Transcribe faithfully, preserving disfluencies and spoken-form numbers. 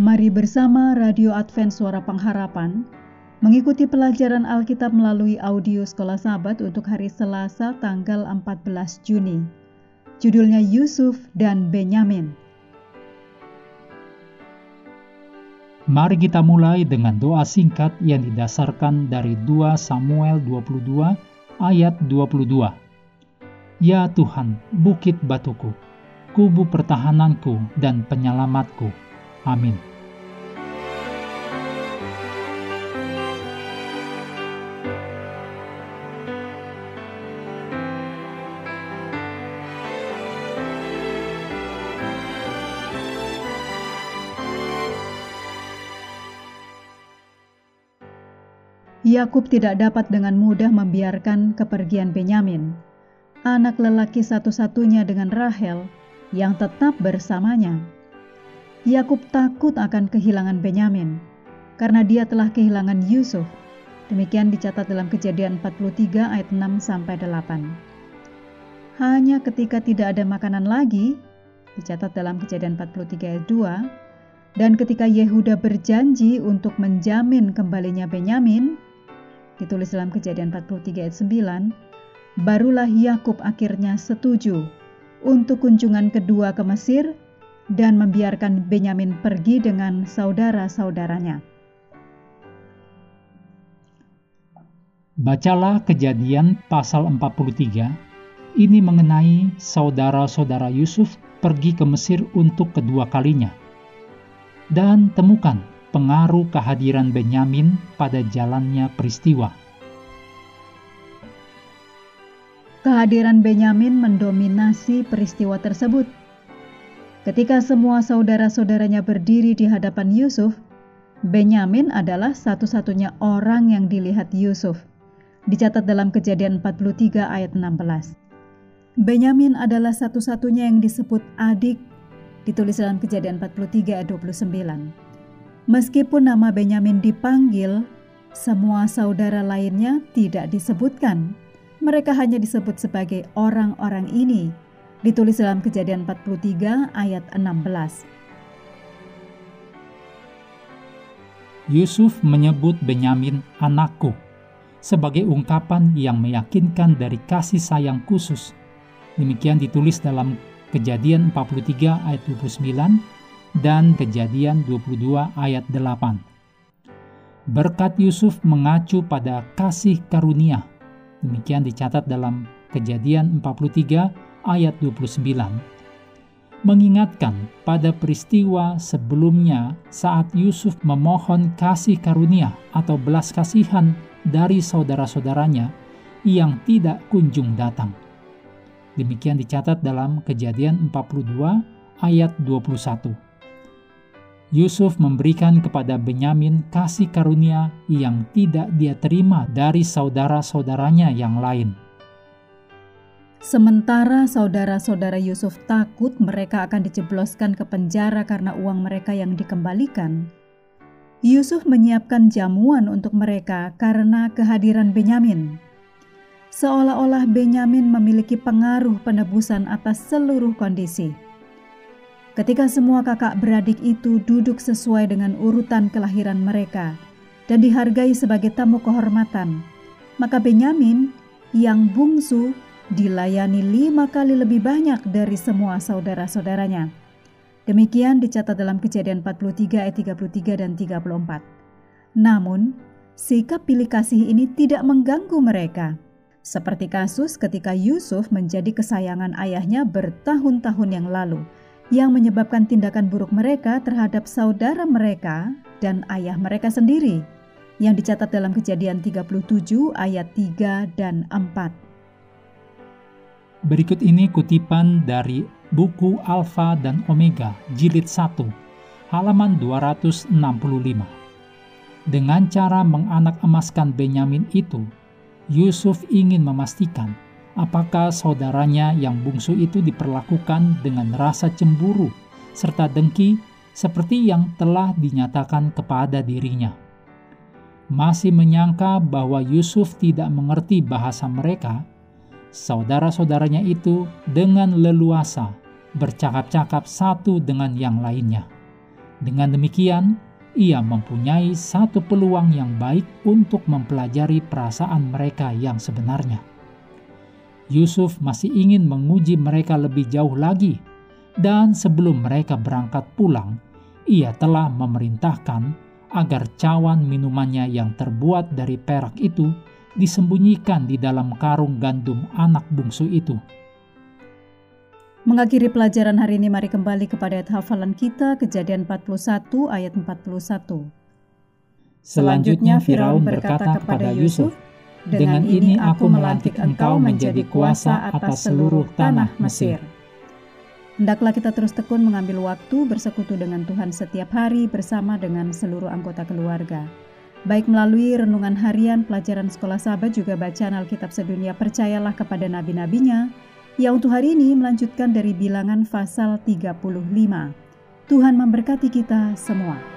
Mari bersama Radio Advent Suara Pengharapan mengikuti pelajaran Alkitab melalui audio Sekolah Sabat untuk hari Selasa tanggal empat belas Juni. Judulnya Yusuf dan Benyamin. Mari kita mulai dengan doa singkat yang didasarkan dari dua Samuel dua puluh dua ayat dua puluh dua. Ya Tuhan, bukit batuku, kubu pertahananku dan penyelamatku. Amin. Yakub tidak dapat dengan mudah membiarkan kepergian Benyamin, anak lelaki satu-satunya dengan Rahel yang tetap bersamanya. Yakub takut akan kehilangan Benyamin karena dia telah kehilangan Yusuf. Demikian dicatat dalam Kejadian empat puluh tiga ayat enam sampai delapan. Hanya ketika tidak ada makanan lagi, dicatat dalam Kejadian empat puluh tiga ayat dua, dan ketika Yehuda berjanji untuk menjamin kembalinya Benyamin, ditulis dalam Kejadian empat puluh tiga ayat sembilan, barulah Yakub akhirnya setuju untuk kunjungan kedua ke Mesir dan membiarkan Benyamin pergi dengan saudara-saudaranya. Bacalah Kejadian pasal empat puluh tiga. Ini mengenai saudara-saudara Yusuf pergi ke Mesir untuk kedua kalinya. Dan temukan pengaruh kehadiran Benyamin pada jalannya peristiwa. Kehadiran Benyamin mendominasi peristiwa tersebut. Ketika semua saudara-saudaranya berdiri di hadapan Yusuf, Benyamin adalah satu-satunya orang yang dilihat Yusuf. Dicatat dalam Kejadian empat puluh tiga ayat enam belas. Benyamin adalah satu-satunya yang disebut adik, ditulis dalam Kejadian empat puluh tiga ayat dua puluh sembilan. Meskipun nama Benyamin dipanggil, semua saudara lainnya tidak disebutkan. Mereka hanya disebut sebagai orang-orang ini, ditulis dalam Kejadian empat puluh tiga ayat enam belas. Yusuf menyebut Benyamin anakku sebagai ungkapan yang meyakinkan dari kasih sayang khusus. Demikian ditulis dalam Kejadian empat puluh tiga ayat dua puluh sembilan dan Kejadian dua puluh dua ayat delapan. Berkat Yusuf mengacu pada kasih karunia. Demikian dicatat dalam Kejadian empat puluh tiga ayat dua puluh sembilan. Mengingatkan pada peristiwa sebelumnya saat Yusuf memohon kasih karunia atau belas kasihan dari saudara-saudaranya yang tidak kunjung datang. Demikian dicatat dalam Kejadian empat puluh dua ayat dua puluh satu. Yusuf memberikan kepada Benyamin kasih karunia yang tidak dia terima dari saudara-saudaranya yang lain. Sementara saudara-saudara Yusuf takut mereka akan dijebloskan ke penjara karena uang mereka yang dikembalikan, Yusuf menyiapkan jamuan untuk mereka karena kehadiran Benyamin. Seolah-olah Benyamin memiliki pengaruh penebusan atas seluruh kondisi. Ketika semua kakak beradik itu duduk sesuai dengan urutan kelahiran mereka dan dihargai sebagai tamu kehormatan, maka Benyamin yang bungsu dilayani lima kali lebih banyak dari semua saudara-saudaranya. Demikian dicatat dalam Kejadian empat puluh tiga ayat tiga puluh tiga dan tiga puluh empat. Namun, sikap pilih kasih ini tidak mengganggu mereka. Seperti kasus ketika Yusuf menjadi kesayangan ayahnya bertahun-tahun yang lalu, yang menyebabkan tindakan buruk mereka terhadap saudara mereka dan ayah mereka sendiri, yang dicatat dalam Kejadian tiga puluh tujuh ayat tiga dan empat. Berikut ini kutipan dari buku Alfa dan Omega, jilid satu, halaman dua ratus enam puluh lima. Dengan cara menganak-emaskan Benyamin itu, Yusuf ingin memastikan apakah saudaranya yang bungsu itu diperlakukan dengan rasa cemburu serta dengki seperti yang telah dinyatakan kepada dirinya. Masih menyangka bahwa Yusuf tidak mengerti bahasa mereka, saudara-saudaranya itu dengan leluasa bercakap-cakap satu dengan yang lainnya. Dengan demikian, ia mempunyai satu peluang yang baik untuk mempelajari perasaan mereka yang sebenarnya. Yusuf masih ingin menguji mereka lebih jauh lagi, dan sebelum mereka berangkat pulang, ia telah memerintahkan agar cawan minumannya yang terbuat dari perak itu disembunyikan di dalam karung gandum anak bungsu itu. Mengakhiri pelajaran hari ini, mari kembali kepada ayat hafalan kita, Kejadian empat puluh satu ayat empat puluh satu. Selanjutnya Firaun berkata kepada Yusuf, "Dengan ini aku melantik engkau menjadi kuasa atas seluruh tanah Mesir." Hendaklah kita terus tekun mengambil waktu bersekutu dengan Tuhan setiap hari bersama dengan seluruh anggota keluarga. Baik melalui renungan harian, pelajaran sekolah sahabat, juga bacaan Alkitab sedunia Percayalah kepada nabi-nabinya, yang untuk hari ini melanjutkan dari Bilangan pasal tiga puluh lima. Tuhan memberkati kita semua.